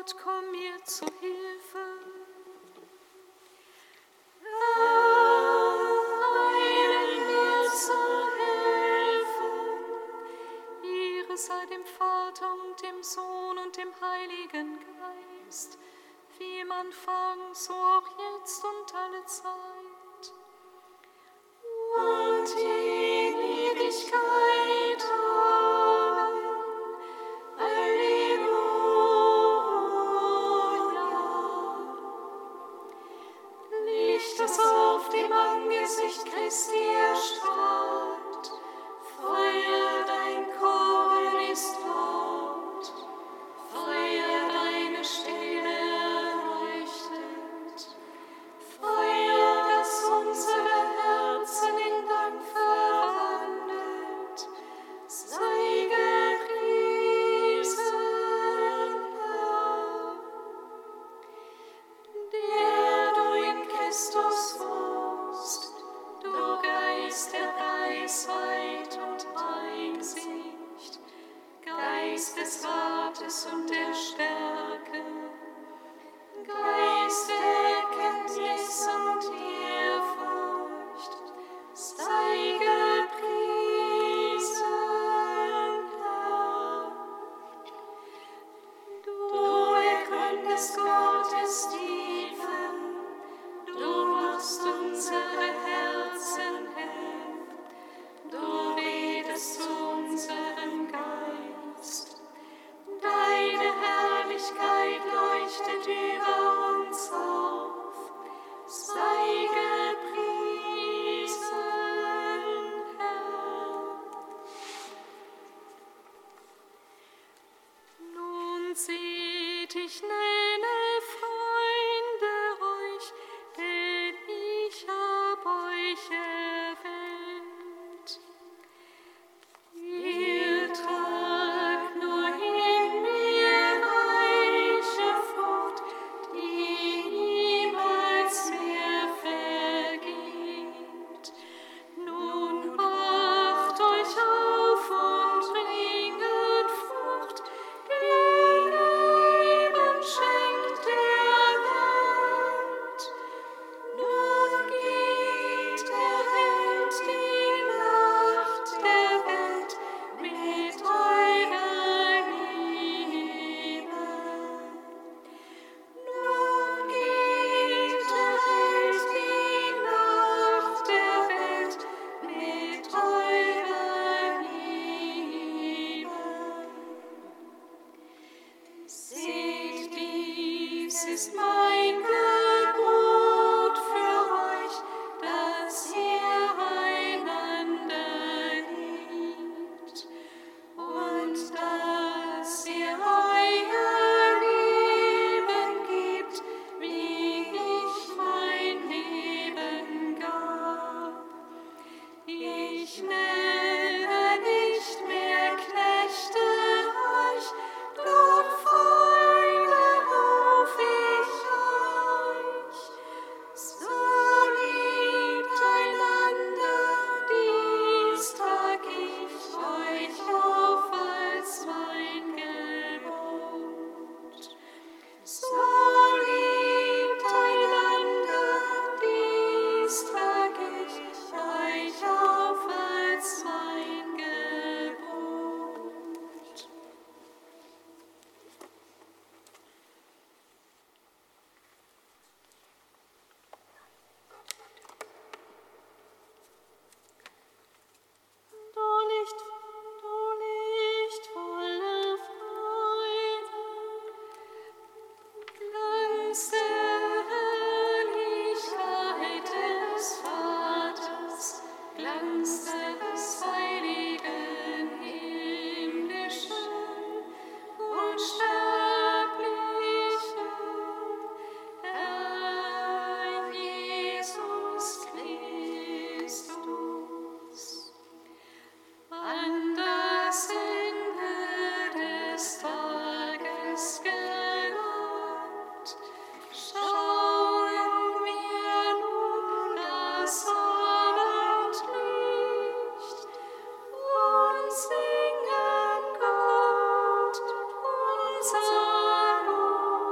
Gott, komm mir zu Hilfe. Eile mir zu Hilfe. Ehre sei dem Vater und dem Sohn und dem Heiligen Geist, wie im Anfang, so auch jetzt und alle Zeit. Und in Ewigkeit. Amen. Halleluja. Licht, das auf dem Angesicht Christi erstrahlt, Feuer, dein Korn ist laut, Feuer, deine Stille erleuchtet, Feuer, das unsere Herzen in Dank verwandelt, sei gepriesen, Herr, der du in Christus wohnst, du Geist der Weisheit und Einsicht, Geist des Rates und der Stärke, Geist der Erkenntnis und Ehrfurcht, sei gepriesen, Herr. Du ergründest Gottes Tiefen, du machst unsere Herzen hell, du redest zu unserem Geist. Deine Herrlichkeit leuchtet über uns auf, sei gepriesen, Herr. Nun seht, ich nenne Freunde euch, denn ich hab euch erwählt. Ihr tragt nur in mir reiche Frucht, die niemals mehr vergeht. Nun macht euch auf und bringet Frucht, die Leben schenkt der Welt. Nun geht, erhellt die Nacht der Welt mit eurer Liebe. Nun geht, erhellt die Nacht der Welt mit eurer Liebe. Seht, dies ist mein Gebot für euch, dass ihr einander liebt und dass ihr euer Leben gebt, wie ich mein Leben gab. Ich nenne nicht mehr Knechte euch, doch Freunde ruf ich euch. So liebt einander, dies trag ich euch auf als mein Gebot. So liebt einander, dies trag ich euch auf als mein Gebot. Du lichtvolle Freude, Glanz der Herrlichkeit des Vaters, Glanz des heiligen himmlischen unsterblichen Herrn Jesus Christus. An das Ende des Tages gelangt, schauen wir nun das Abendlicht und singen Gott unser Lob.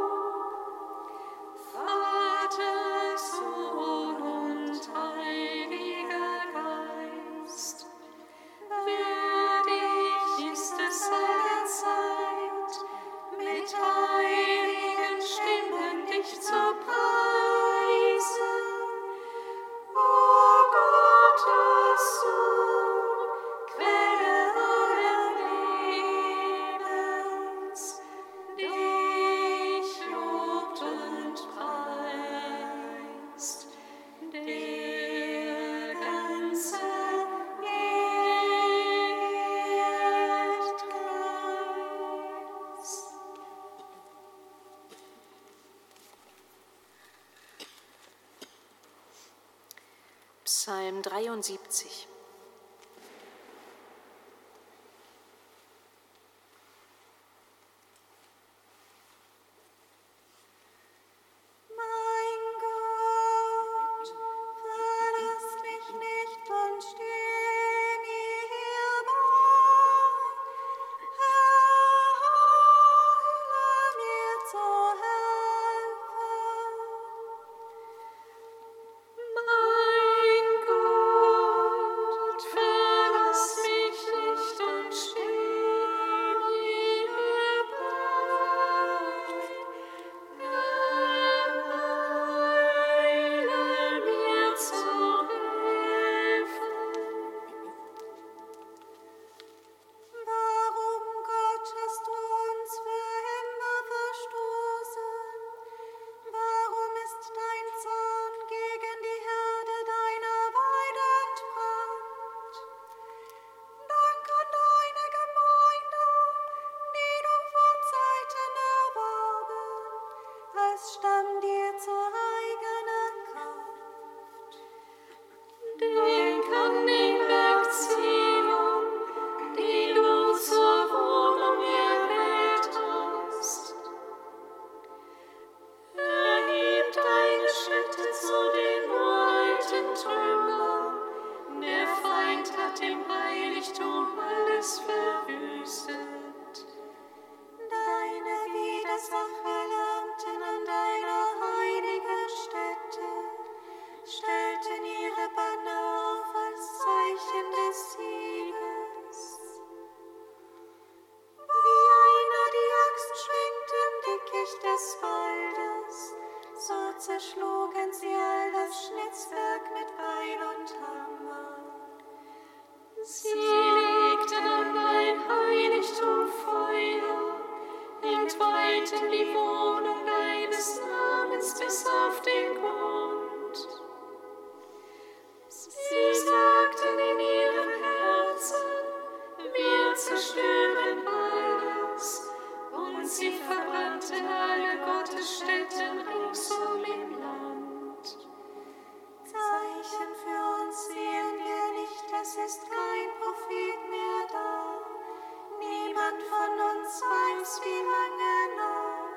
Psalm 73. Zerschlugen sie all das Schnitzwerk mit Beil und Hammer. Sie legten an dein Heiligtum Feuer, entweihten die Wohnung deines Namens bis auf den Grund. Sie sagten in ihrem Herzen, wir zerstören alles, und sie verbrannten alle Gottesstätten ringsum im Land. Zeichen für uns sehen wir nicht, es ist kein Prophet mehr da. Niemand von uns weiß, wie lange noch.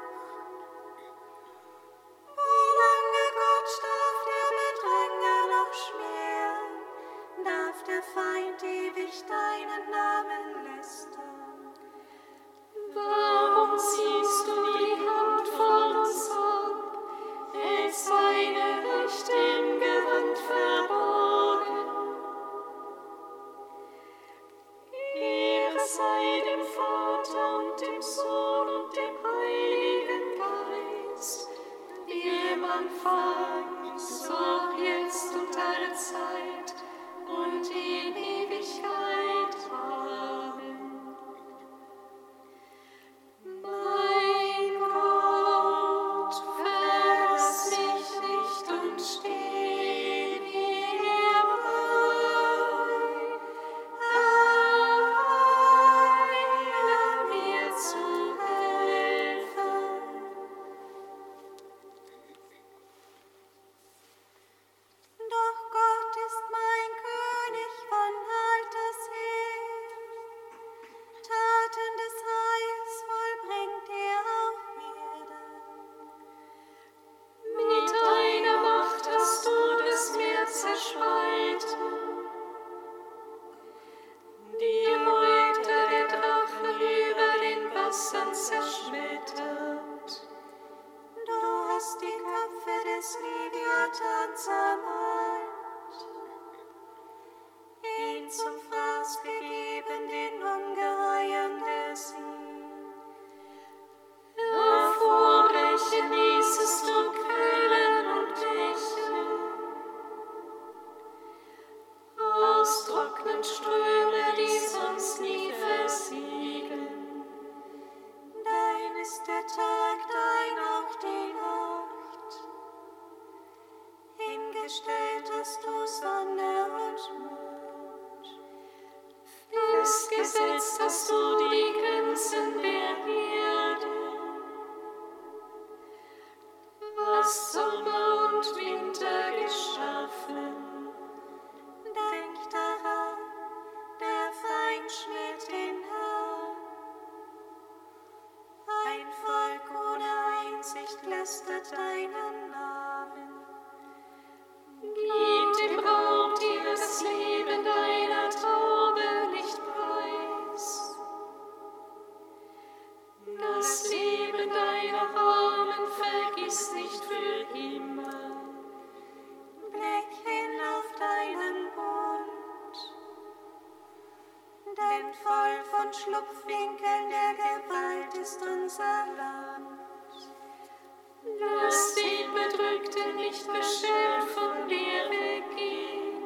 Wie lange, Gott, darf der Bedränger noch schweren? Darf der Feind ewig deinen Namen lästern? Warum ziehst du die Hand von uns ab, hältst deine Rechte im Gewand verborgen? Ehre sei dem Vater und dem Sohn und dem Heiligen Geist, wie im Anfang, so auch jetzt und alle Zeit und in Ewigkeit. Amen. Mein Gott, verlass mich nicht und steh mir bei. Eile mir zu helfen. Doch Gott ist mein König von alters her. Taten des Heils vollbringt er auf Erden. Mit deiner Macht hast du das Meer zerspalten. Die Reuter der Drachen über den Wassern zerschmettert. Du hast die Köpfe des Leviathan zermalmt, ihn zum Fraß gegeben, den Ungeheuern der See. Hervorbrechen ließest du Quellen und Bäche, austrocknen Ströme, die sonst nie versiegen. Dein ist der Tag, dein auch die Nacht. Hingestellt hast du Sonne und Mond. Festgesetzt hast du die Grenzen der Erde. Was Sommer und Winter geschaffen, flüstert deinen Namen. Gib dem Raubtier das Leben deiner Traube nicht preis. Das Leben deiner Armen vergiss nicht für immer. Blick hin auf deinen Bund, denn voll von Schlupfwinkeln der Gewalt ist unser Land. Lass den Bedrückten nicht beschämt von dir weggehen.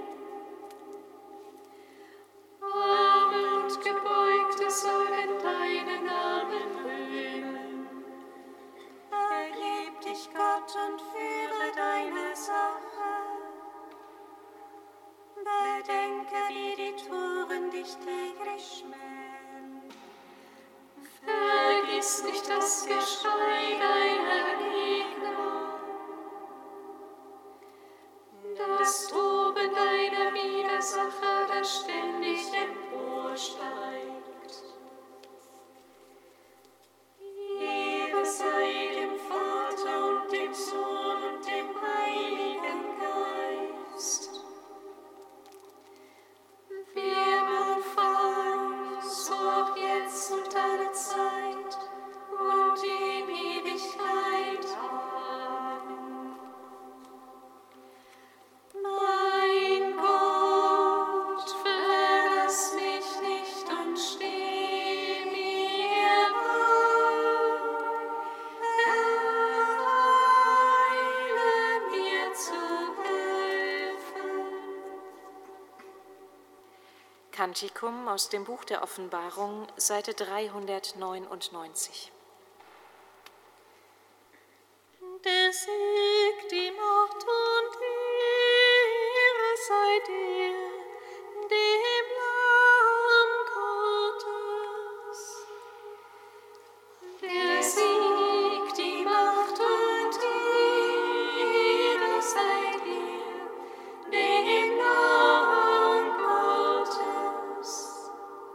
Arme und Gebeugte sollen deinen Namen rühmen. Erheb dich, Gott, und führe deine Sache. Bedenke, wie die Toren dich täglich schmähen. Vergiss nicht das Geschrei deiner Gegner, das Toben deiner Widersacher, das ständig emporsteigt. Ehre sei dem Vater und dem Sohn und dem Heiligen Geist, wie am Anfang, so auch jetzt und alle Zeit und in Ewigkeit. Amen. Mein Gott, verlass mich nicht und steh mir bei. Eile mir zu helfen. Kantikum aus dem Buch der Offenbarung, Seite 399. Der Sieg, die Macht und Ehre sei dir, dem Lamm Gottes. Der Sieg, die Macht und Ehre sei dir, dem Lamm Gottes.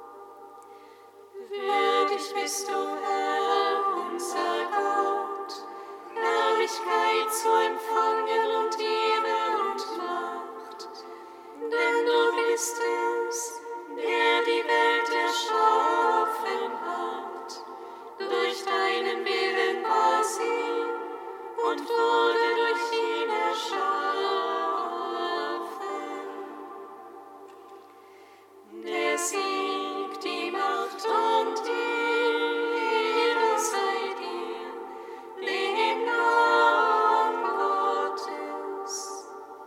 Würdig bist du, Herr, unser Gott, Herrlichkeit zu empfangen und Ehre und Macht. Denn du bist es, der die Welt erschaffen hat. Durch deinen Willen war sie und wurde durch ihn erschaffen. Der Sieg, die Macht und Ehre sei dir, dem Lamm Gottes.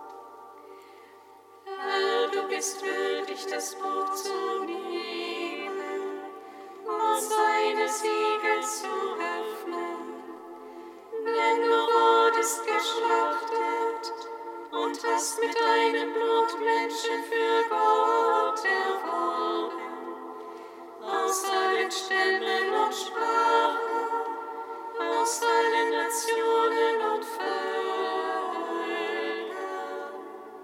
Herr, du bist würdig, das Buch zu nehmen und seine Siegel zu öffnen. Denn du wurdest geschlachtet und hast mit deinem Blut Menschen für Gott erworben, aus allen Stämmen und Sprachen, aus allen Nationen und Völkern.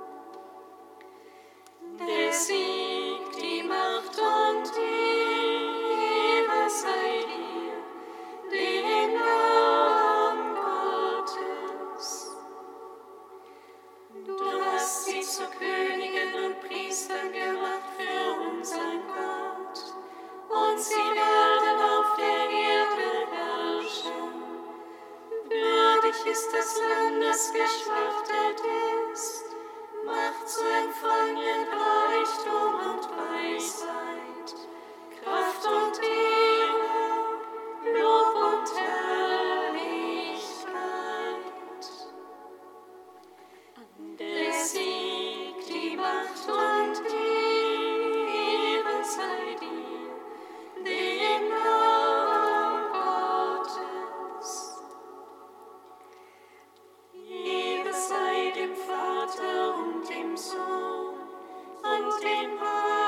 Der Sieg, die Macht und Ehre sei dir, dem Lamm Gottes. Du hast sie zu Königen und Priestern gemacht für unseren Gott, und sie werden auf der Erde herrschen. Würdig ist das Lamm, das geschlachtet ist, Macht zu empfangen, Reichtum und Weisheit, Kraft und Ehre, Lob und Herrlichkeit. Der Sieg, die Macht und Ehre sei dir, dem Lamm Gottes. Ehre sei dem Vater und dem Sohn und dem Heiligen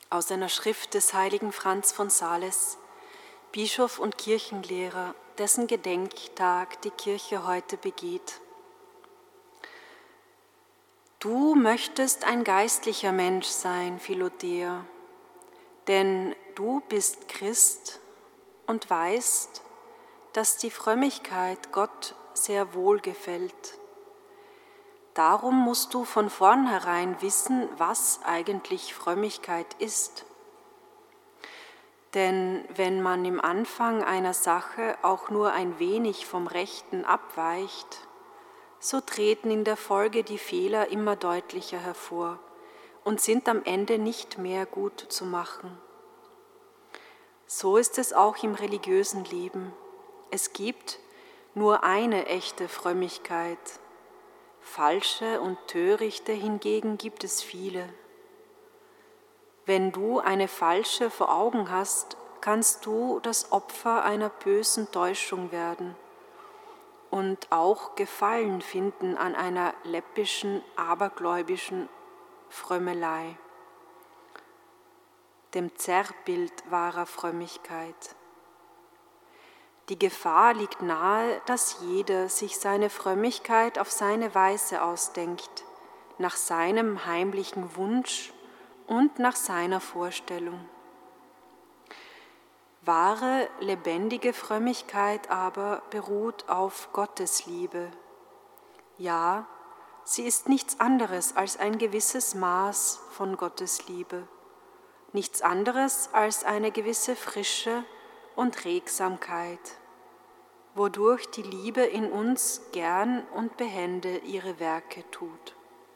Aus einer Schrift des heiligen Franz von Sales, Bischof und Kirchenlehrer, dessen Gedenktag die Kirche heute begeht. Du möchtest ein geistlicher Mensch sein, Philothea, denn du bist Christ und weißt, dass die Frömmigkeit Gott sehr wohl gefällt. Darum musst du von vornherein wissen, was eigentlich Frömmigkeit ist. Denn wenn man im Anfang einer Sache auch nur ein wenig vom Rechten abweicht, so treten in der Folge die Fehler immer deutlicher hervor und sind am Ende nicht mehr gut zu machen. So ist es auch im religiösen Leben. Es gibt nur eine echte Frömmigkeit. Falsche und törichte hingegen gibt es viele. Wenn du eine falsche vor Augen hast, kannst du das Opfer einer bösen Täuschung werden und auch Gefallen finden an einer läppischen, abergläubischen Frömmelei, dem Zerrbild wahrer Frömmigkeit. Die Gefahr liegt nahe, dass jeder sich seine Frömmigkeit auf seine Weise ausdenkt, nach seinem heimlichen Wunsch und nach seiner Vorstellung. Wahre, lebendige Frömmigkeit aber beruht auf Gottes Liebe. Ja, sie ist nichts anderes als ein gewisses Maß von Gottes Liebe, nichts anderes als eine gewisse Frische und Regsamkeit, wodurch die Liebe in uns gern und behende ihre Werke tut.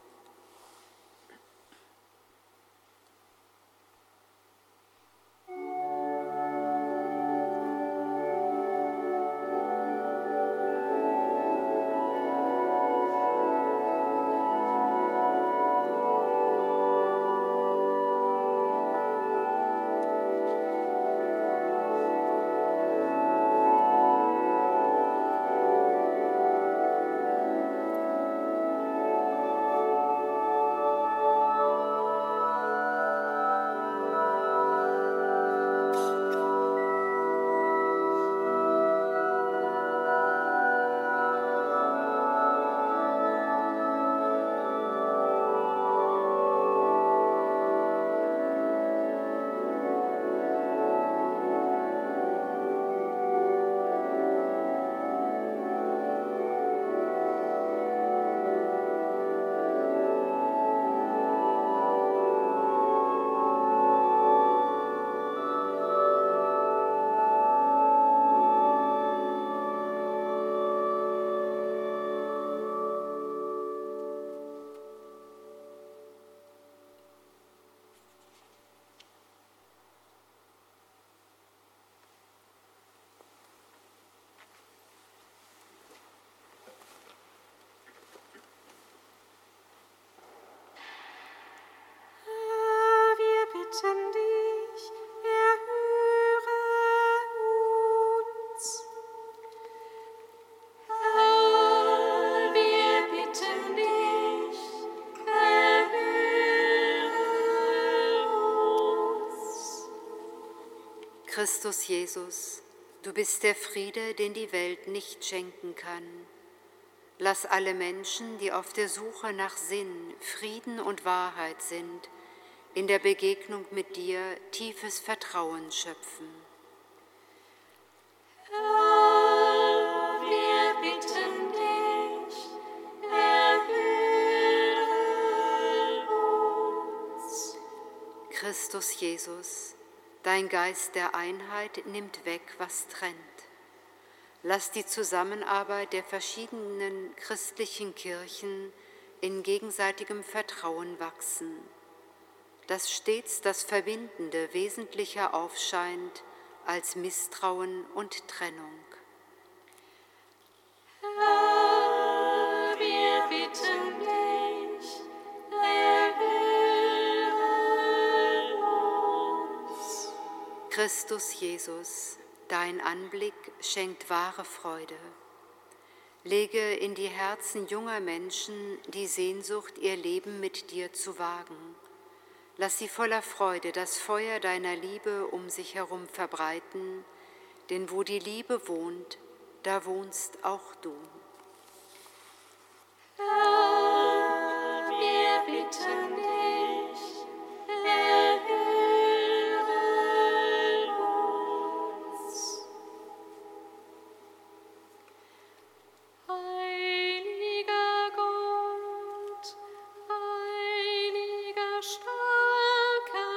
Christus Jesus, du bist der Friede, den die Welt nicht schenken kann. Lass alle Menschen, die auf der Suche nach Sinn, Frieden und Wahrheit sind, in der Begegnung mit dir tiefes Vertrauen schöpfen. Herr, wir bitten dich, erhöre uns. Christus Jesus, dein Geist der Einheit nimmt weg, was trennt. Lass die Zusammenarbeit der verschiedenen christlichen Kirchen in gegenseitigem Vertrauen wachsen, dass stets das Verbindende wesentlicher aufscheint als Misstrauen und Trennung. Herr, wir bitten dich, erhöre uns. Christus Jesus, dein Anblick schenkt wahre Freude. Lege in die Herzen junger Menschen die Sehnsucht, ihr Leben mit dir zu wagen. Lass sie voller Freude das Feuer deiner Liebe um sich herum verbreiten, denn wo die Liebe wohnt, da wohnst auch du. Herr, wir bitten dich, erhöre uns. Heiliger Gott, heiliger starker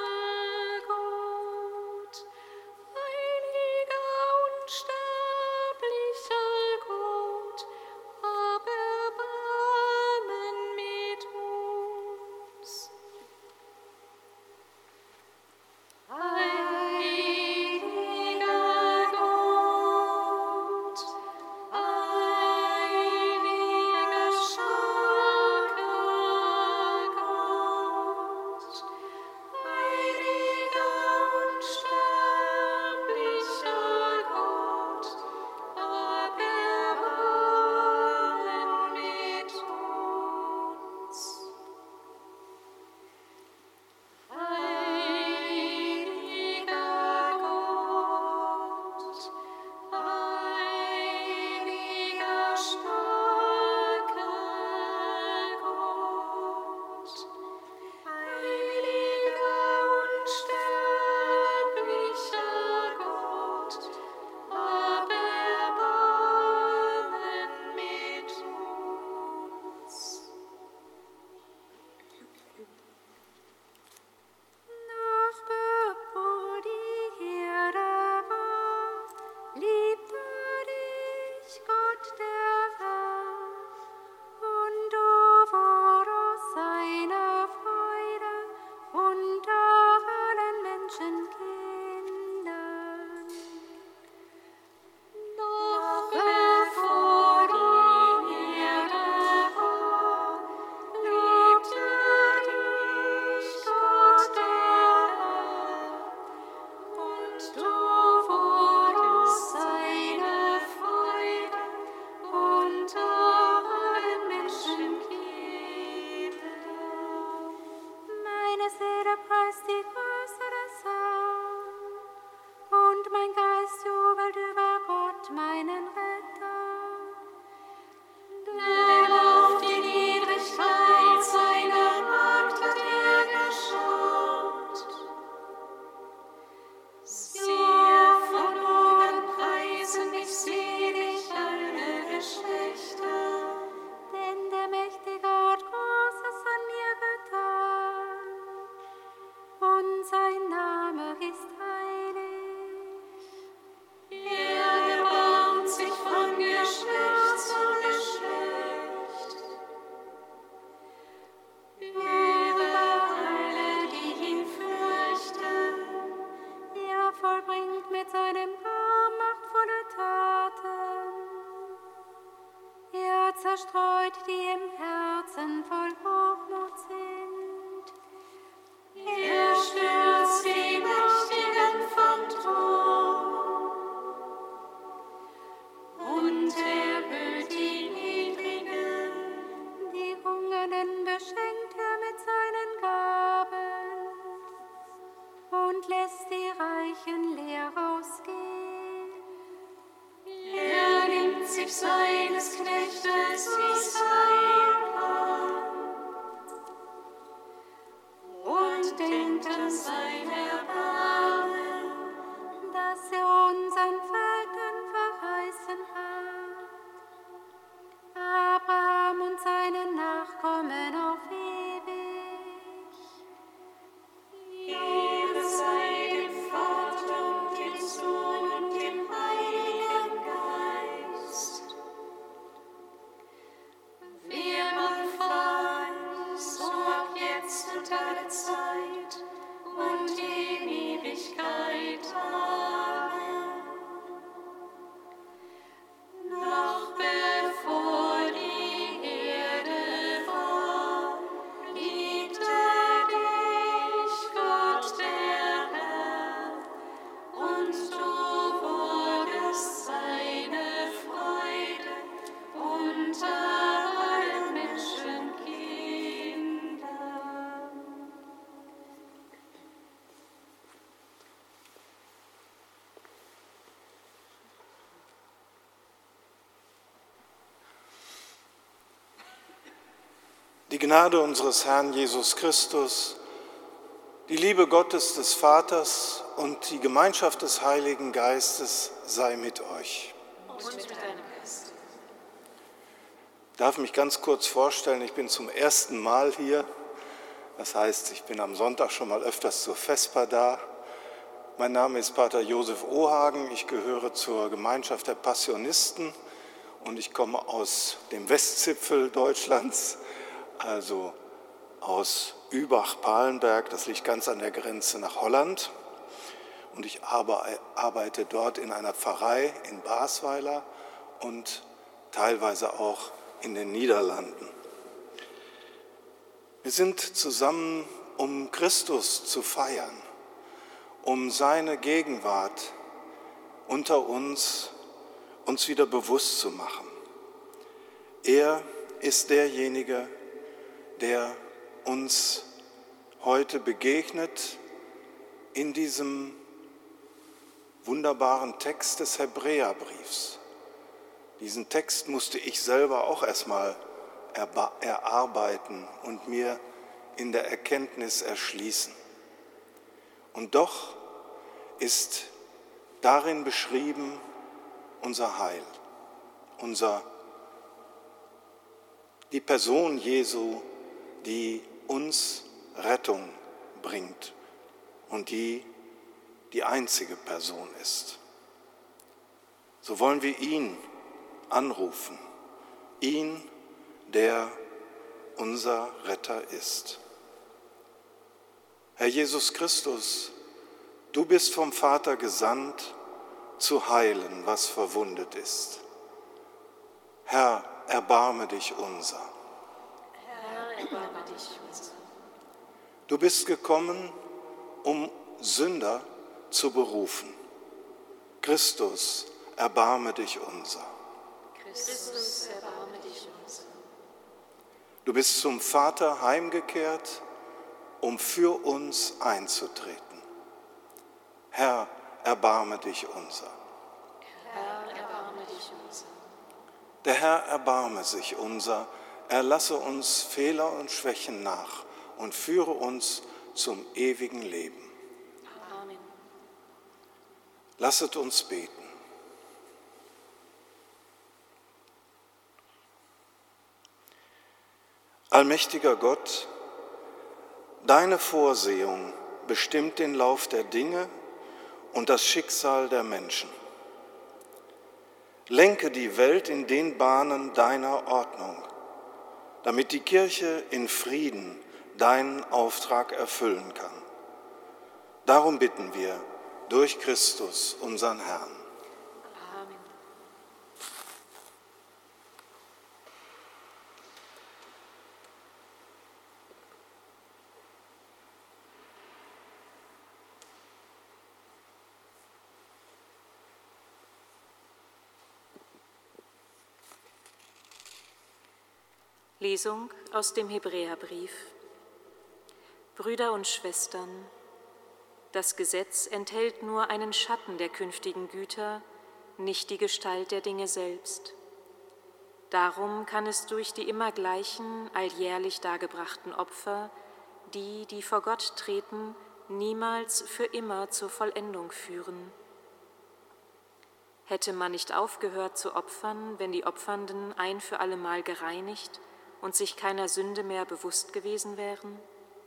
Gott, heiliger unsterblicher Gott, hab Erbarmen mit uns. Heiliger Gott, heiliger starker Gott, heiliger unsterblicher Gott, hab Erbarmen mit uns. Heiliger Gott, heiliger starker Gott, heiliger unsterblicher Gott, hab Erbarmen mit uns. Noch bevor die Erde war, liebte dich Gott der Herr, und du wurdest seine Freude unter allen Menschenkindern. Noch bevor die Erde war, liebte dich Gott der Herr, und du wurdest seine Freude unter allen Menschenkindern. Meine Seele preist die Größe des Herrn, und mein Geist jubelt über Gott, meinen Retter. Denn auf die Niedrigkeit seiner Magd hat geschaut. Siehe, von oben preisen dich selig alle Geschlechter. Denn der Mächtige hat Großes an mir getan, und sein Name ist heilig. Er erbarmt sich von Geschlecht zu Geschlecht über alle, die ihn fürchten. Er vollbringt mit seinem Arm machtvolle Taten. Er zerstreut, die im Herzen voll Hochmut sind. Er stürzt die Mächtigen vom Thron und erhöht die Niedrigen. Die Hungernden beschenkt er mit seinen Gaben und lässt die Reichen leer ausgehen. Er nimmt sich seines Knechtes Israel an und denkt an sein Erbarmen, das er unseren Vätern verheißen hat, Abraham und seinen Nachkommen auf ewig. Ehre sei dem Vater und dem Sohn und dem Heiligen Geist, Die Gnade unseres Herrn Jesus Christus, die Liebe Gottes des Vaters und die Gemeinschaft des Heiligen Geistes sei mit euch. Und mit deinem Geist. Ich darf mich ganz kurz vorstellen, ich bin zum ersten Mal hier. Das heißt, ich bin am Sonntag schon mal öfters zur Vesper da. Mein Name ist Pater Josef Ohagen, ich gehöre zur Gemeinschaft der Passionisten und ich komme aus dem Westzipfel Deutschlands, also aus Übach-Palenberg, das liegt ganz an der Grenze nach Holland. Und ich arbeite dort in einer Pfarrei in Basweiler und teilweise auch in den Niederlanden. Wir sind zusammen, um Christus zu feiern, um seine Gegenwart unter uns wieder bewusst zu machen. Er ist derjenige, der uns heute begegnet in diesem wunderbaren Text des Hebräerbriefs. Diesen Text musste ich selber auch erstmal erarbeiten und mir in der Erkenntnis erschließen. Und doch ist darin beschrieben unser Heil, die Person Jesu, die uns Rettung bringt und die einzige Person ist. So wollen wir ihn anrufen, ihn, der unser Retter ist. Herr Jesus Christus, du bist vom Vater gesandt, zu heilen, was verwundet ist. Herr, erbarme dich unser. Herr, erbarme dich unser. Du bist gekommen, um Sünder zu berufen. Christus, erbarme dich unser. Christus, erbarme dich unser. Du bist zum Vater heimgekehrt, um für uns einzutreten. Herr, erbarme dich unser. Herr, erbarme dich unser. Der Herr erbarme sich unser, er lasse uns Fehler und Schwächen nach und führe uns zum ewigen Leben. Amen. Lasset uns beten. Allmächtiger Gott, deine Vorsehung bestimmt den Lauf der Dinge und das Schicksal der Menschen. Lenke die Welt in den Bahnen deiner Ordnung, damit die Kirche in Frieden deinen Auftrag erfüllen kann. Darum bitten wir durch Christus, unseren Herrn. Amen. Lesung aus dem Hebräerbrief. Brüder und Schwestern, das Gesetz enthält nur einen Schatten der künftigen Güter, nicht die Gestalt der Dinge selbst. Darum kann es durch die immer gleichen, alljährlich dargebrachten Opfer, die vor Gott treten, niemals für immer zur Vollendung führen. Hätte man nicht aufgehört zu opfern, wenn die Opfernden ein für allemal gereinigt und sich keiner Sünde mehr bewusst gewesen wären?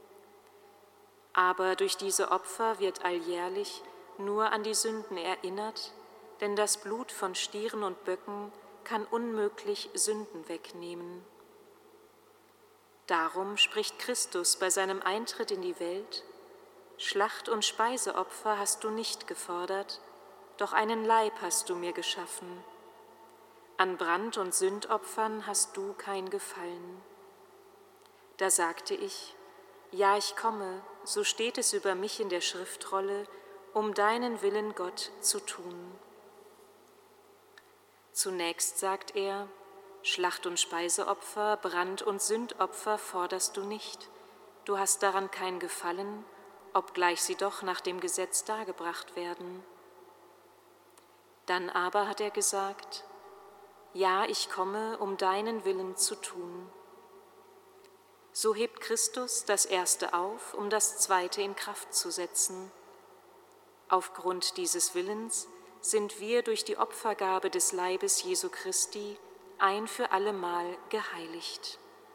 Aber durch diese Opfer wird alljährlich nur an die Sünden erinnert, denn das Blut von Stieren und Böcken kann unmöglich Sünden wegnehmen. Darum spricht Christus bei seinem Eintritt in die Welt: Schlacht- und Speiseopfer hast du nicht gefordert, doch einen Leib hast du mir geschaffen. An Brand- und Sündopfern hast du kein Gefallen. Da sagte ich: Ja, ich komme, so steht es über mich in der Schriftrolle, um deinen Willen, Gott, zu tun. Zunächst sagt er: Schlacht- und Speiseopfer, Brand- und Sündopfer forderst du nicht. Du hast daran kein Gefallen, obgleich sie doch nach dem Gesetz dargebracht werden. Dann aber hat er gesagt: Ja, ich komme, um deinen Willen zu tun. So hebt Christus das Erste auf, um das Zweite in Kraft zu setzen. Aufgrund dieses Willens sind wir durch die Opfergabe des Leibes Jesu Christi ein für allemal geheiligt.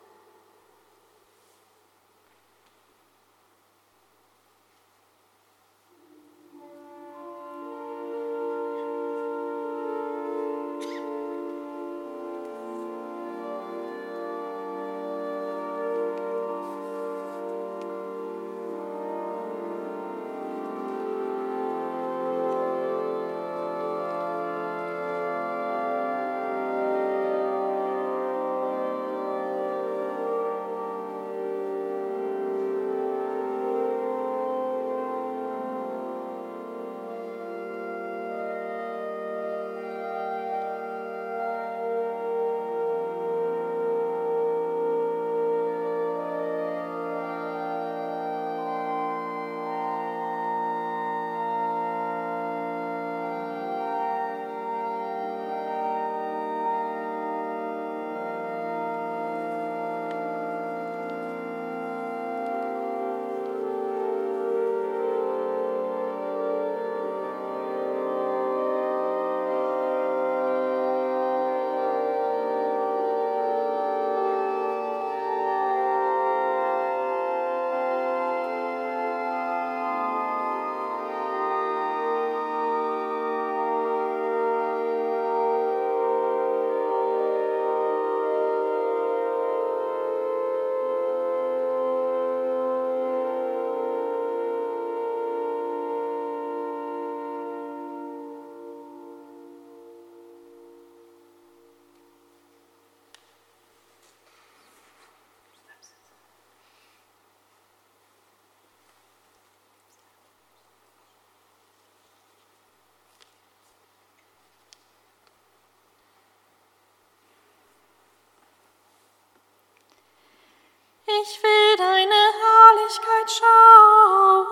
Ich will deine Herrlichkeit schauen,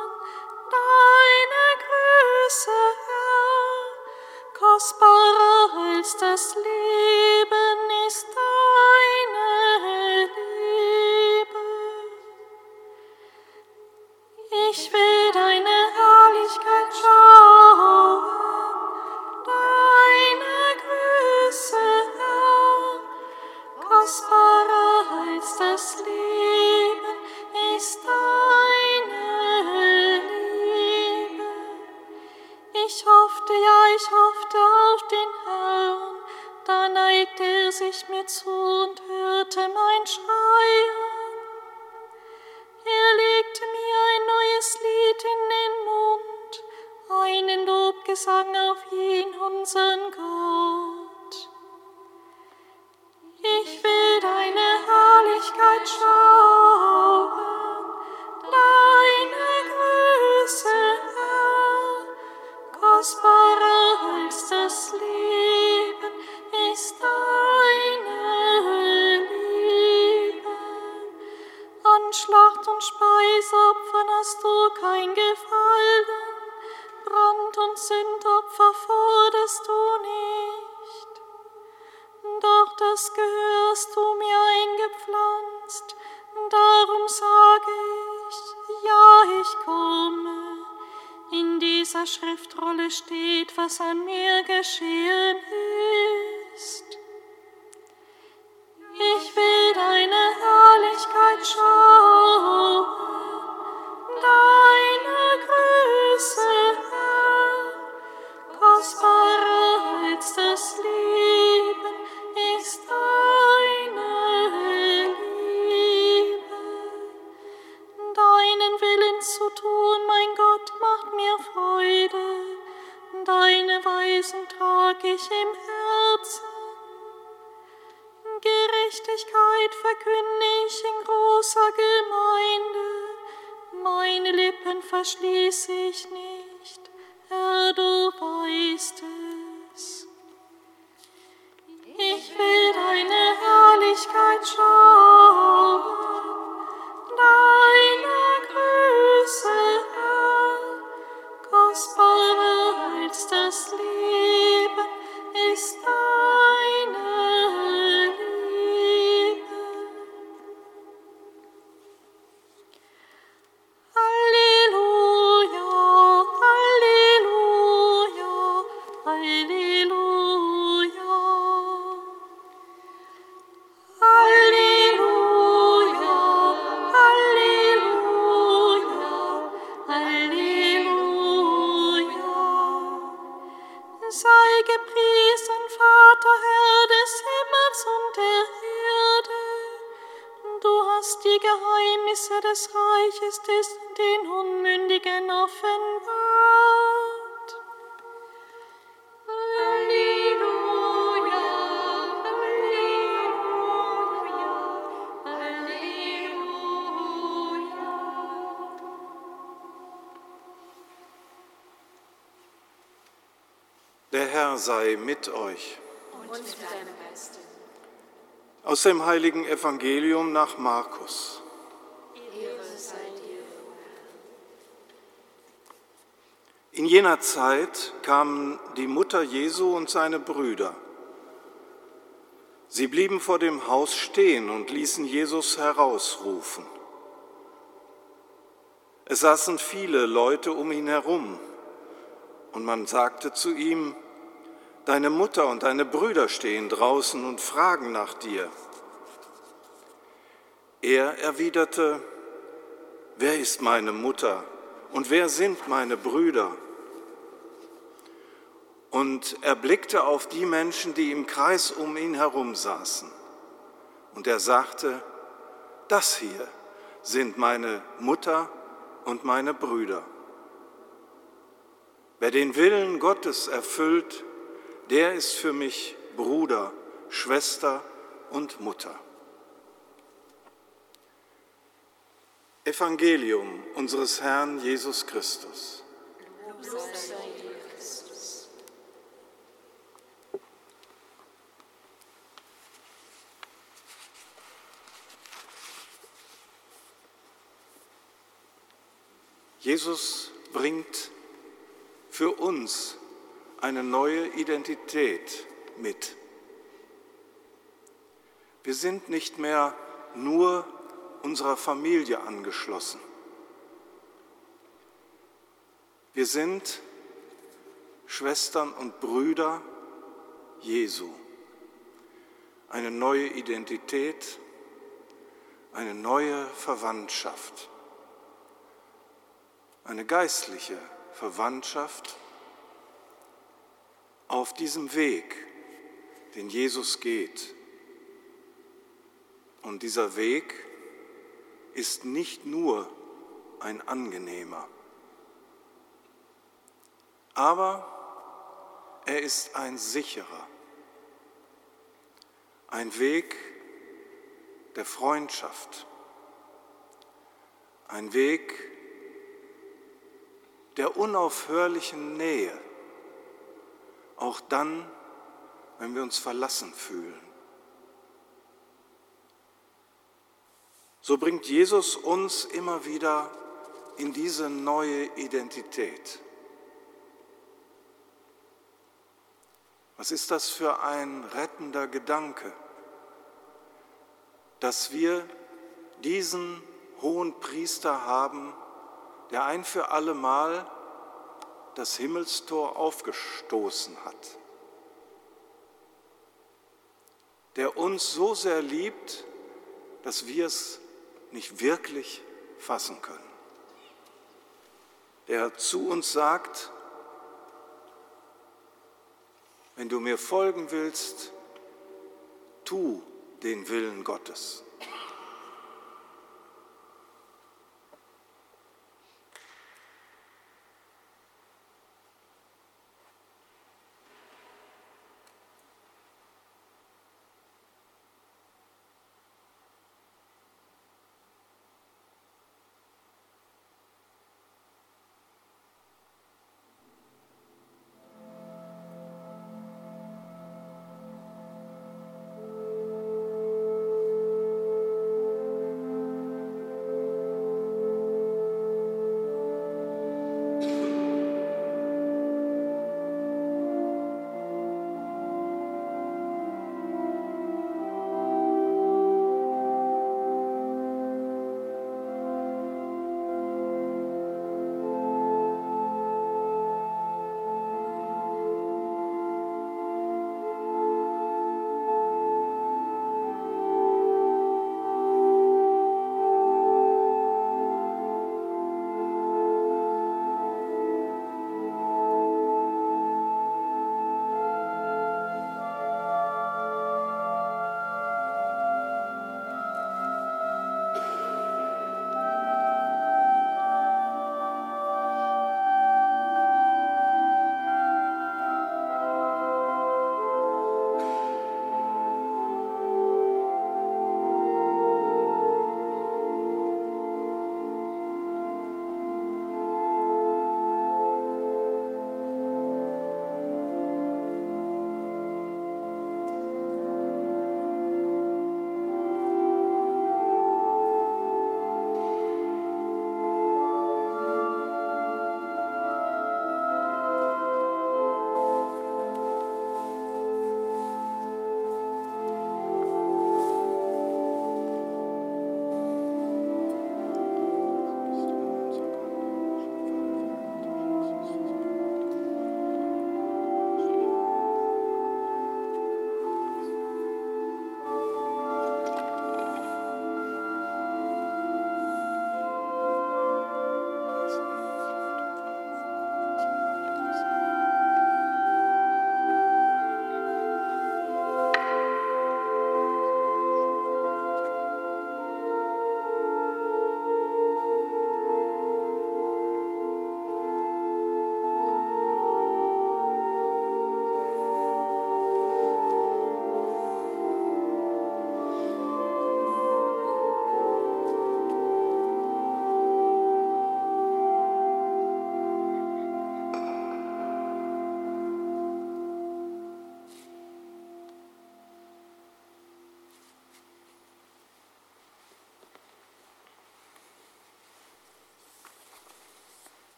deine Größe, Herr. Kostbarer als das Leben ist deine Liebe. Ich will deine Herrlichkeit schauen, deine Größe, Herr. Kostbarer als das Leben ist deine Liebe. Ich hoffte auf den Herrn, da neigte er sich mir zu und hörte mein Schreien. Er legte mir ein neues Lied in den Mund, einen Lobgesang auf ihn, unseren Gott. Ich will deine Herrlichkeit schauen, deine Größe, Herr. Kostbarer als das Leben ist deine Liebe. An Schlacht- und Speisopfern hast du kein Gefallen, Brand- und Sündopfer forderst du nicht. Doch das Gehör hast du mir eingepflanzt, darum sage ich, ja, ich komme. In dieser Schriftrolle steht, was an mir geschehen ist. Ich will deine Herrlichkeit schauen, deine Größe, Herr. Kostbarer als das Leben ist deine Liebe. Deinen Willen zu tun, mein Gott, macht mir Freude. Deine Weisen trag ich im Herzen. Gerechtigkeit verkünde ich in großer Gemeinde. Meine Lippen verschließe ich nicht, Herr, du weißt es. Ich will deine Herrlichkeit schauen, deine Größe, Herr. Kostbarer als das Leben ist deine Liebe. Du hast die Geheimnisse des Reiches den Unmündigen offenbart. Halleluja, Halleluja, Halleluja. Der Herr sei mit euch. Und mit deinem Geiste. Aus dem heiligen Evangelium nach Markus. Ehre sei dir. In jener Zeit kamen die Mutter Jesu und seine Brüder. Sie blieben vor dem Haus stehen und ließen Jesus herausrufen. Es saßen viele Leute um ihn herum, und man sagte zu ihm: Deine Mutter und deine Brüder stehen draußen und fragen nach dir. Er erwiderte: Wer ist meine Mutter und wer sind meine Brüder? Und er blickte auf die Menschen, die im Kreis um ihn herum saßen. Und er sagte: Das hier sind meine Mutter und meine Brüder. Wer den Willen Gottes erfüllt, der ist für mich Bruder, Schwester und Mutter. Evangelium unseres Herrn Jesus Christus. Lob sei dir, Christus. Jesus bringt für uns eine neue Identität mit. Wir sind nicht mehr nur unserer Familie angeschlossen. Wir sind Schwestern und Brüder Jesu. Eine neue Identität, eine neue Verwandtschaft, eine geistliche Verwandtschaft auf diesem Weg, den Jesus geht. Und dieser Weg ist nicht nur ein angenehmer, aber er ist ein sicherer, ein Weg der Freundschaft, ein Weg der unaufhörlichen Nähe, auch dann, wenn wir uns verlassen fühlen. So bringt Jesus uns immer wieder in diese neue Identität. Was ist das für ein rettender Gedanke, dass wir diesen hohen Priester haben, der ein für alle Mal das Himmelstor aufgestoßen hat, der uns so sehr liebt, dass wir es nicht wirklich fassen können, der zu uns sagt: Wenn du mir folgen willst, tu den Willen Gottes.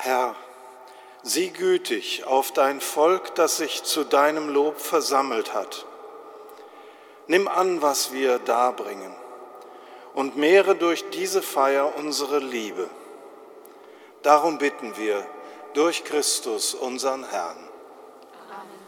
Herr, sieh gütig auf dein Volk, das sich zu deinem Lob versammelt hat. Nimm an, was wir darbringen, und mehre durch diese Feier unsere Liebe. Darum bitten wir durch Christus, unseren Herrn. Amen.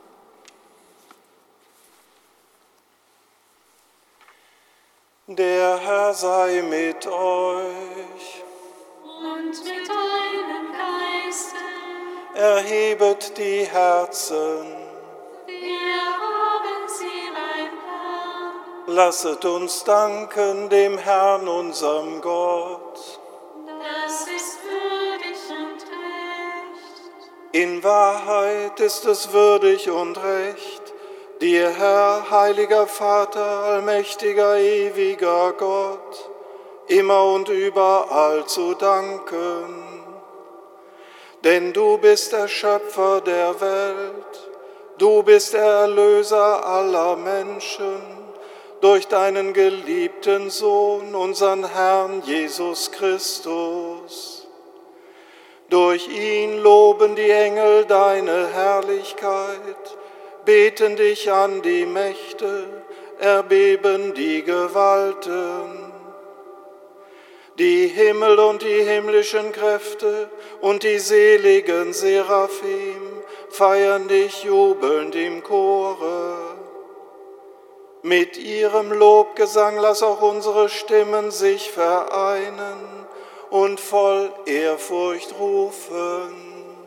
Der Herr sei mit euch. Und mit deinem Geiste. Erhebet die Herzen. Wir haben sie beim Herrn. Lasset uns danken dem Herrn, unserem Gott. Das ist würdig und recht. In Wahrheit ist es würdig und recht, dir, Herr, heiliger Vater, allmächtiger, ewiger Gott, immer und überall zu danken. Denn du bist der Schöpfer der Welt, du bist der Erlöser aller Menschen, durch deinen geliebten Sohn, unseren Herrn Jesus Christus. Durch ihn loben die Engel deine Herrlichkeit, beten dich an die Mächte, erbeben die Gewalten. Die Himmel und die himmlischen Kräfte und die seligen Seraphim feiern dich jubelnd im Chore. Mit ihrem Lobgesang lass auch unsere Stimmen sich vereinen und voll Ehrfurcht rufen.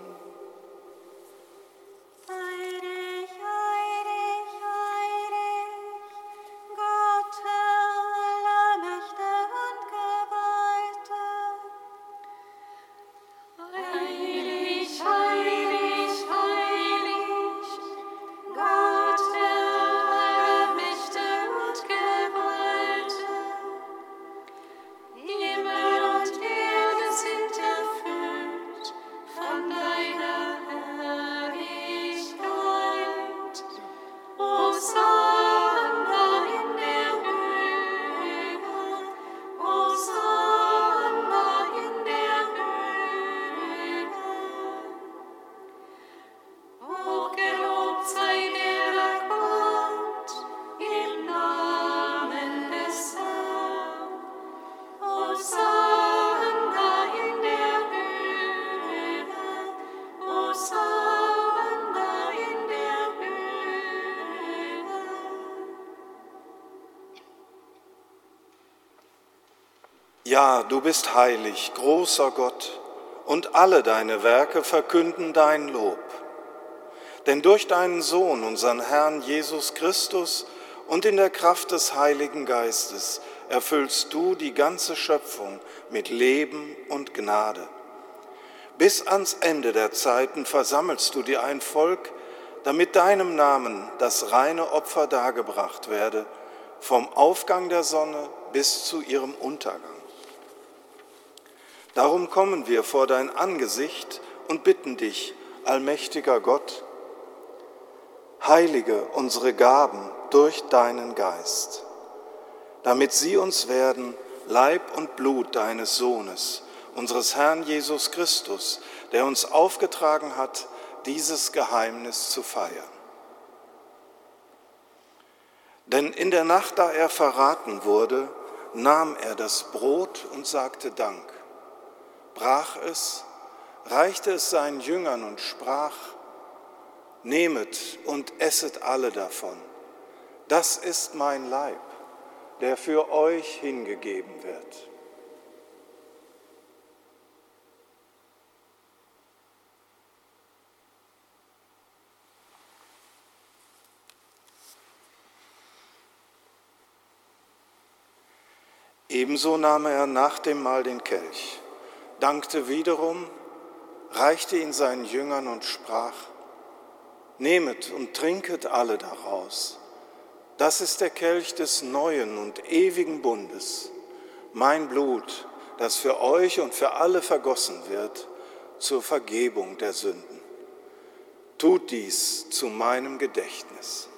Heilig, heilig, heilig, Gott, Herr aller Mächte und Gewalten. Heilig, heilig, heilig, Gott, Herr aller Mächte und Gewalten. Himmel und Erde sind erfüllt von deiner Herrlichkeit. Hosanna in der Höhe, Hosanna in der Höhe. Hochgelobt sei der da kommt im Namen des Herrn. Hosanna in der Höhe, Hosanna in der Höhe. Ja, du bist heilig, großer Gott, und alle deine Werke verkünden dein Lob. Denn durch deinen Sohn, unseren Herrn Jesus Christus, und in der Kraft des Heiligen Geistes erfüllst du die ganze Schöpfung mit Leben und Gnade. Bis ans Ende der Zeiten versammelst du dir ein Volk, damit deinem Namen das reine Opfer dargebracht werde, vom Aufgang der Sonne bis zu ihrem Untergang. Darum kommen wir vor dein Angesicht und bitten dich, allmächtiger Gott, heilige unsere Gaben durch deinen Geist, damit sie uns werden Leib und Blut deines Sohnes, unseres Herrn Jesus Christus, der uns aufgetragen hat, dieses Geheimnis zu feiern. Denn in der Nacht, da er verraten wurde, nahm er das Brot und sagte Dank, brach es, reichte es seinen Jüngern und sprach: Nehmet und esset alle davon. Das ist mein Leib, der für euch hingegeben wird. Ebenso nahm er nach dem Mahl den Kelch, dankte wiederum, reichte ihn seinen Jüngern und sprach: Nehmet und trinket alle daraus. Das ist der Kelch des neuen und ewigen Bundes, mein Blut, das für euch und für alle vergossen wird, zur Vergebung der Sünden. Tut dies zu meinem Gedächtnis.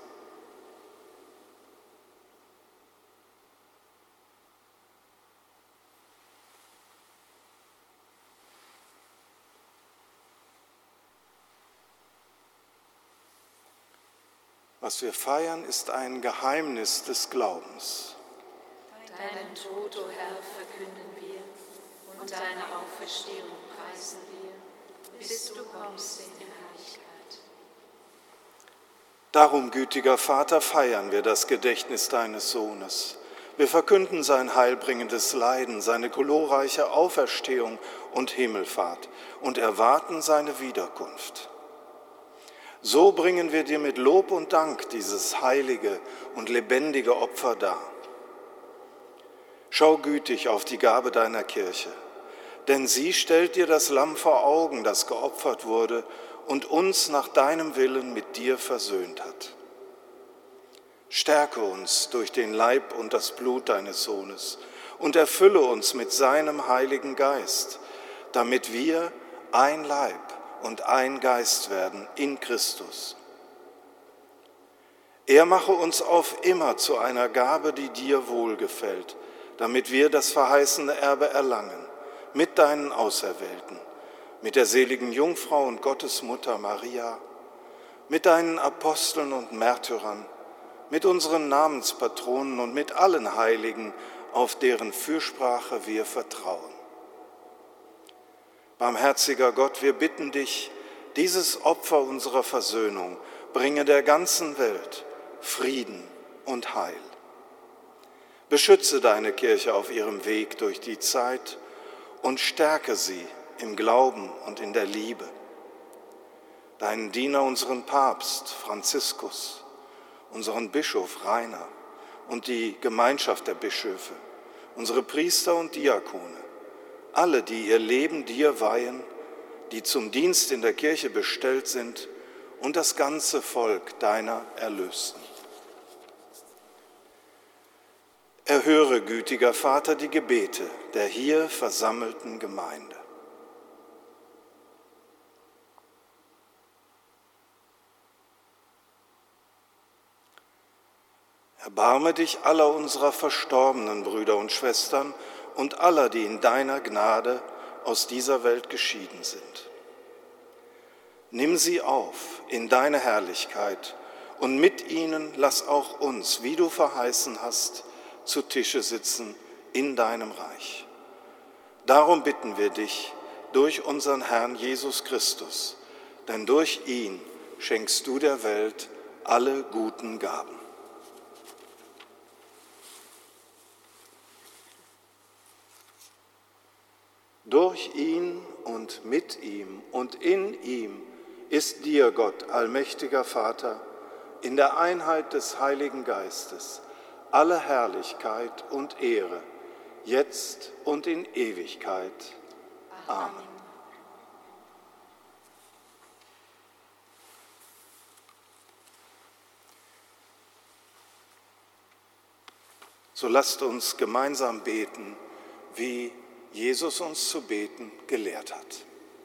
Was wir feiern, ist ein Geheimnis des Glaubens. Deinen Tod, o Herr, verkünden wir und deine Auferstehung preisen wir, bis du kommst in Herrlichkeit. Darum, gütiger Vater, feiern wir das Gedächtnis deines Sohnes. Wir verkünden sein heilbringendes Leiden, seine glorreiche Auferstehung und Himmelfahrt und erwarten seine Wiederkunft. So bringen wir dir mit Lob und Dank dieses heilige und lebendige Opfer dar. Schau gütig auf die Gabe deiner Kirche, denn sie stellt dir das Lamm vor Augen, das geopfert wurde und uns nach deinem Willen mit dir versöhnt hat. Stärke uns durch den Leib und das Blut deines Sohnes und erfülle uns mit seinem Heiligen Geist, damit wir ein Leib und ein Geist werden in Christus. Er mache uns auf immer zu einer Gabe, die dir wohlgefällt, damit wir das verheißene Erbe erlangen, mit deinen Auserwählten, mit der seligen Jungfrau und Gottesmutter Maria, mit deinen Aposteln und Märtyrern, mit unseren Namenspatronen und mit allen Heiligen, auf deren Fürsprache wir vertrauen. Barmherziger Gott, wir bitten dich, dieses Opfer unserer Versöhnung bringe der ganzen Welt Frieden und Heil. Beschütze deine Kirche auf ihrem Weg durch die Zeit und stärke sie im Glauben und in der Liebe. Deinen Diener, unseren Papst Franziskus, unseren Bischof Rainer und die Gemeinschaft der Bischöfe, unsere Priester und Diakone, alle, die ihr Leben dir weihen, die zum Dienst in der Kirche bestellt sind und das ganze Volk deiner Erlösten. Erhöre, gütiger Vater, die Gebete der hier versammelten Gemeinde. Erbarme dich aller unserer verstorbenen Brüder und Schwestern und aller, die in deiner Gnade aus dieser Welt geschieden sind. Nimm sie auf in deine Herrlichkeit und mit ihnen lass auch uns, wie du verheißen hast, zu Tische sitzen in deinem Reich. Darum bitten wir dich durch unseren Herrn Jesus Christus, denn durch ihn schenkst du der Welt alle guten Gaben. Durch ihn und mit ihm und in ihm ist dir, Gott, allmächtiger Vater, in der Einheit des Heiligen Geistes, alle Herrlichkeit und Ehre, jetzt und in Ewigkeit. Amen. So lasst uns gemeinsam beten, wie Jesus uns zu beten gelehrt hat.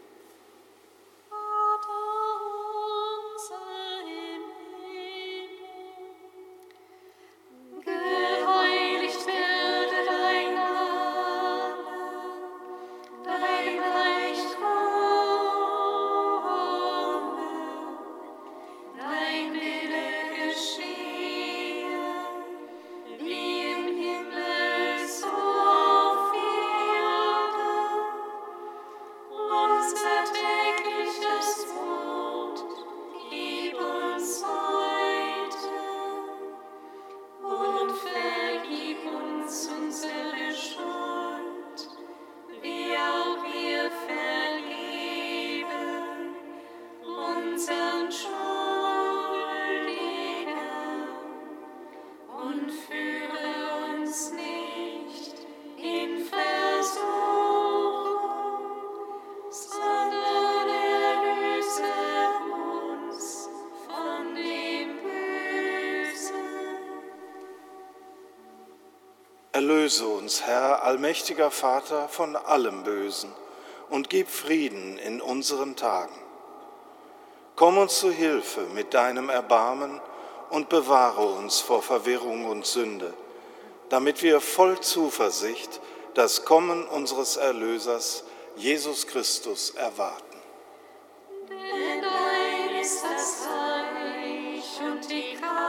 Erlöse uns, Herr, allmächtiger Vater, von allem Bösen und gib Frieden in unseren Tagen. Komm uns zu Hilfe mit deinem Erbarmen und bewahre uns vor Verwirrung und Sünde, damit wir voll Zuversicht das Kommen unseres Erlösers, Jesus Christus, erwarten. Denn dein ist das Reich und die Kraft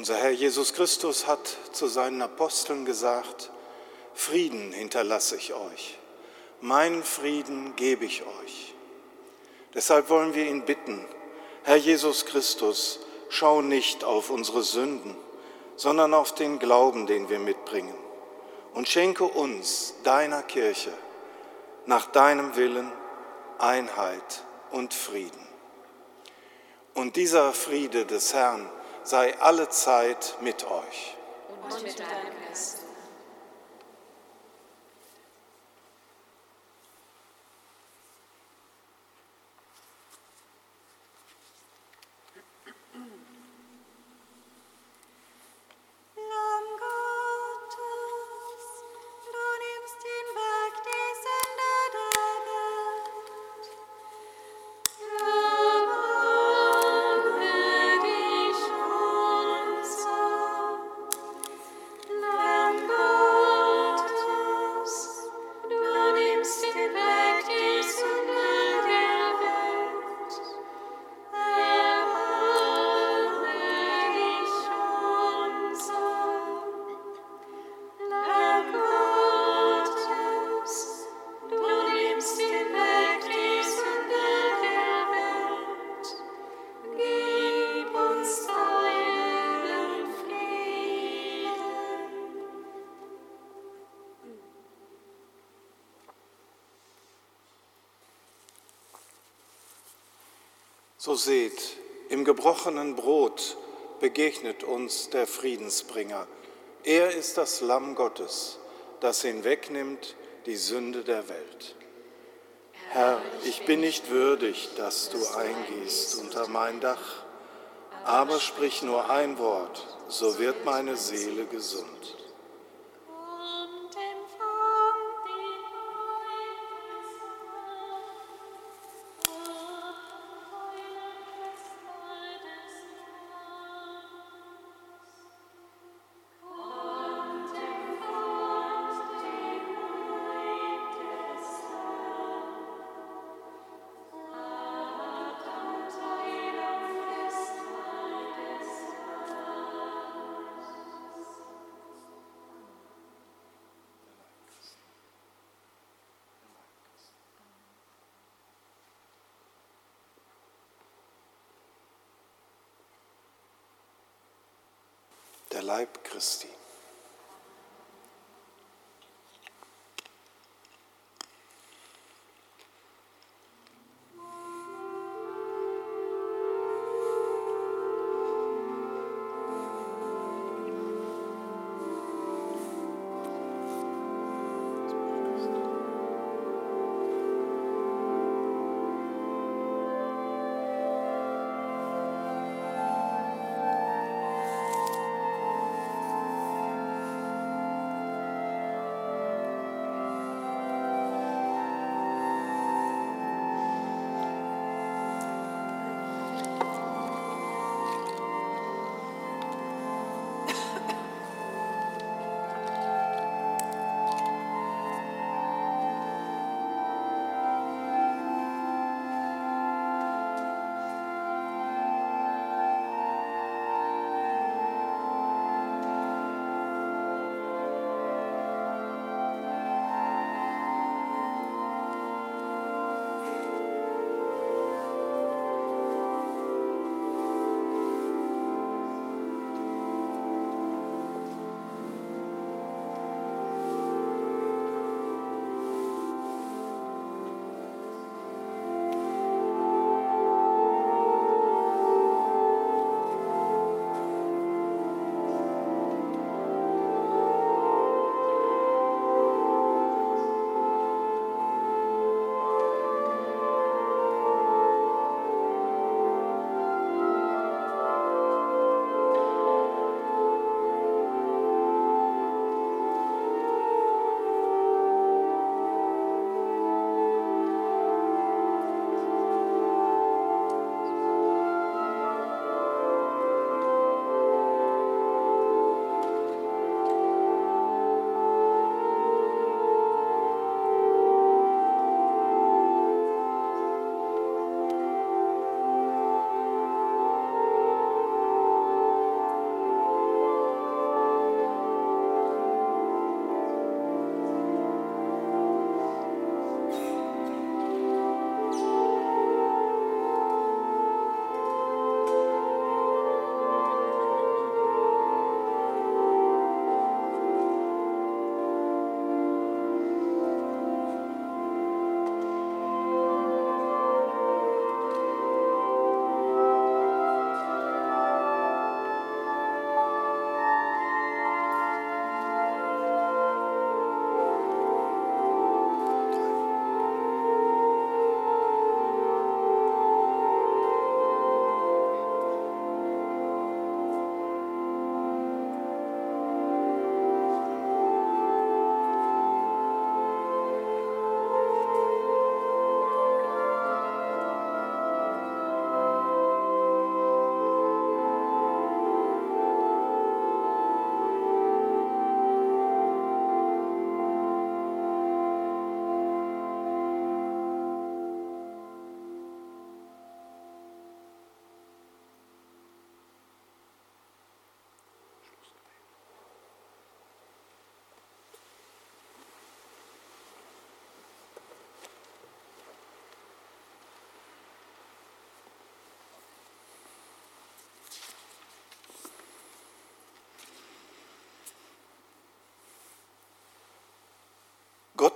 Unser Herr Jesus Christus hat zu seinen Aposteln gesagt: Frieden hinterlasse ich euch, meinen Frieden gebe ich euch. Deshalb wollen wir ihn bitten: Herr Jesus Christus, schau nicht auf unsere Sünden, sondern auf den Glauben, den wir mitbringen, und schenke uns, deiner Kirche, nach deinem Willen Einheit und Frieden. Und dieser Friede des Herrn sei allezeit mit euch. Und mit deinem Geist. So seht, im gebrochenen Brot begegnet uns der Friedensbringer. Er ist das Lamm Gottes, das hinwegnimmt die Sünde der Welt. Herr, ich bin nicht würdig, dass du eingehst unter mein Dach, aber sprich nur ein Wort, so wird meine Seele gesund. Der Leib Christi.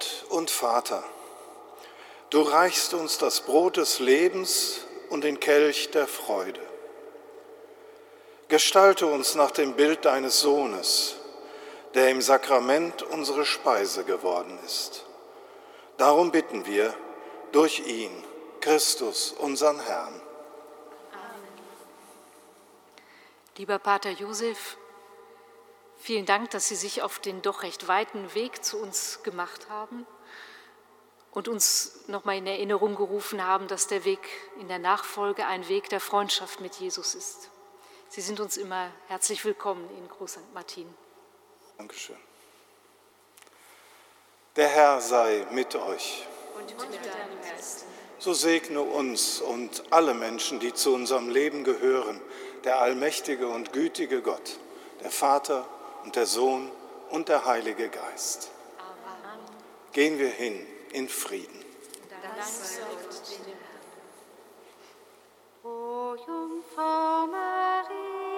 Gott und Vater, du reichst uns das Brot des Lebens und den Kelch der Freude. Gestalte uns nach dem Bild deines Sohnes, der im Sakrament unsere Speise geworden ist. Darum bitten wir durch ihn, Christus, unseren Herrn. Lieber Pater Josef, vielen Dank, dass Sie sich auf den doch recht weiten Weg zu uns gemacht haben und uns nochmal in Erinnerung gerufen haben, dass der Weg in der Nachfolge ein Weg der Freundschaft mit Jesus ist. Sie sind uns immer herzlich willkommen in Groß St. Martin. Dankeschön. Der Herr sei mit euch. Und mit deinem Geist. So segne uns und alle Menschen, die zu unserem Leben gehören, der allmächtige und gütige Gott, der Vater und der Sohn und der Heilige Geist. Amen. Gehen wir hin in Frieden. Dank sei Gott dem Herrn. O Jungfrau Maria,